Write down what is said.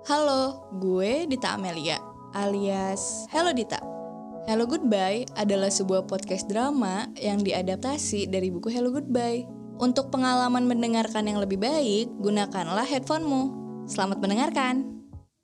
Halo, gue Dita Amelia, alias Hello Dita. Hello Goodbye adalah sebuah podcast drama yang diadaptasi dari buku Hello Goodbye. Untuk pengalaman mendengarkan yang lebih baik, gunakanlah headphone-mu. Selamat mendengarkan!